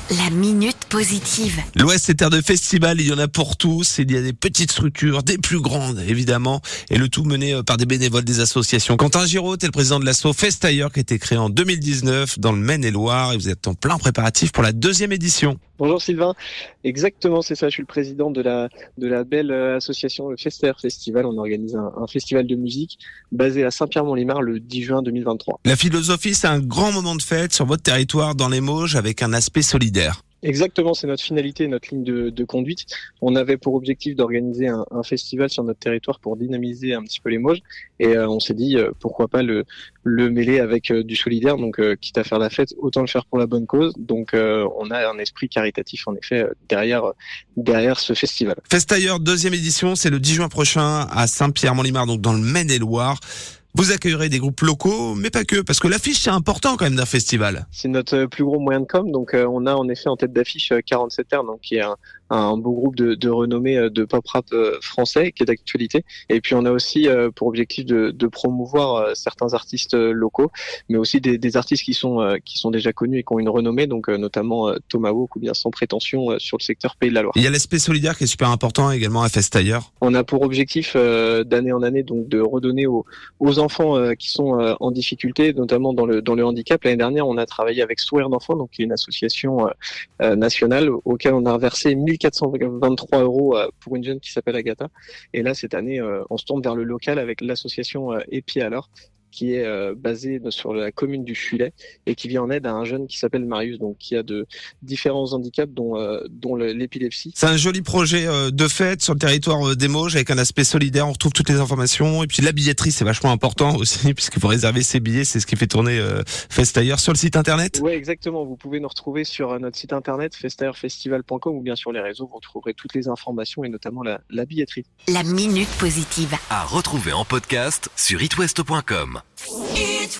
La minute positive. L'Ouest, c'est terre de festival, il y en a pour tous. Il y a des petites structures, des plus grandes, évidemment. Et le tout mené par des bénévoles des associations. Quentin Giraud est le président de l'asso Festailleurs qui a été créé en 2019 dans le Maine-et-Loire. Et vous êtes en plein préparatif pour la 2e édition. Bonjour Sylvain, exactement c'est ça, je suis le président de la belle association Festailleurs Festival. On organise un festival de musique basé à Saint-Pierre-Mont-Limard le 10 juin 2023. La philosophie, c'est un grand moment de fête sur votre territoire dans les Mauges avec un aspect solidaire. Exactement, c'est notre finalité, notre ligne de conduite. On avait pour objectif d'organiser un festival sur notre territoire pour dynamiser un petit peu les Mauges. Et on s'est dit, pourquoi pas le mêler avec du solidaire. Donc, quitte à faire la fête, autant le faire pour la bonne cause. Donc, on a un esprit caritatif, en effet, derrière ce festival. Festailleurs 2e édition, c'est le 10 juin prochain à Saint-Pierre-Mont-Limard, donc dans le Maine-et-Loire. Vous accueillerez des groupes locaux, mais pas que, parce que l'affiche, c'est important quand même d'un festival. C'est notre plus gros moyen de com, donc on a en effet en tête d'affiche 47R, donc qui est un beau groupe de renommée de pop rap français qui est d'actualité. Et puis on a aussi pour objectif de promouvoir certains artistes locaux, mais aussi des artistes qui sont déjà connus et qui ont une renommée, donc notamment Tomahawk ou bien Sans Prétention sur le secteur Pays de la Loire. Il y a l'aspect solidaire qui est super important également à Festailleurs. On a pour objectif d'année en année donc de redonner aux enfants qui sont en difficulté, notamment dans le handicap. L'année dernière, on a travaillé avec Sourire d'enfants, donc qui est une association nationale auquel on a reversé 1423 € pour une jeune qui s'appelle Agatha. Et là, cette année, on se tourne vers le local avec l'association Épi alors, qui est basée sur la commune du Chulet et qui vient en aide à un jeune qui s'appelle Marius, donc qui a de différents handicaps, dont l'épilepsie. C'est un joli projet de fête sur le territoire des Mauges avec un aspect solidaire. On retrouve toutes les informations et puis la billetterie, c'est vachement important aussi puisqu'il faut réserver ses billets. C'est ce qui fait tourner Festailleurs sur le site internet. Oui, exactement. Vous pouvez nous retrouver sur notre site internet festailleurfestival.com ou bien sur les réseaux. Vous retrouverez toutes les informations et notamment la billetterie. La minute positive. À retrouver en podcast sur itwest.com.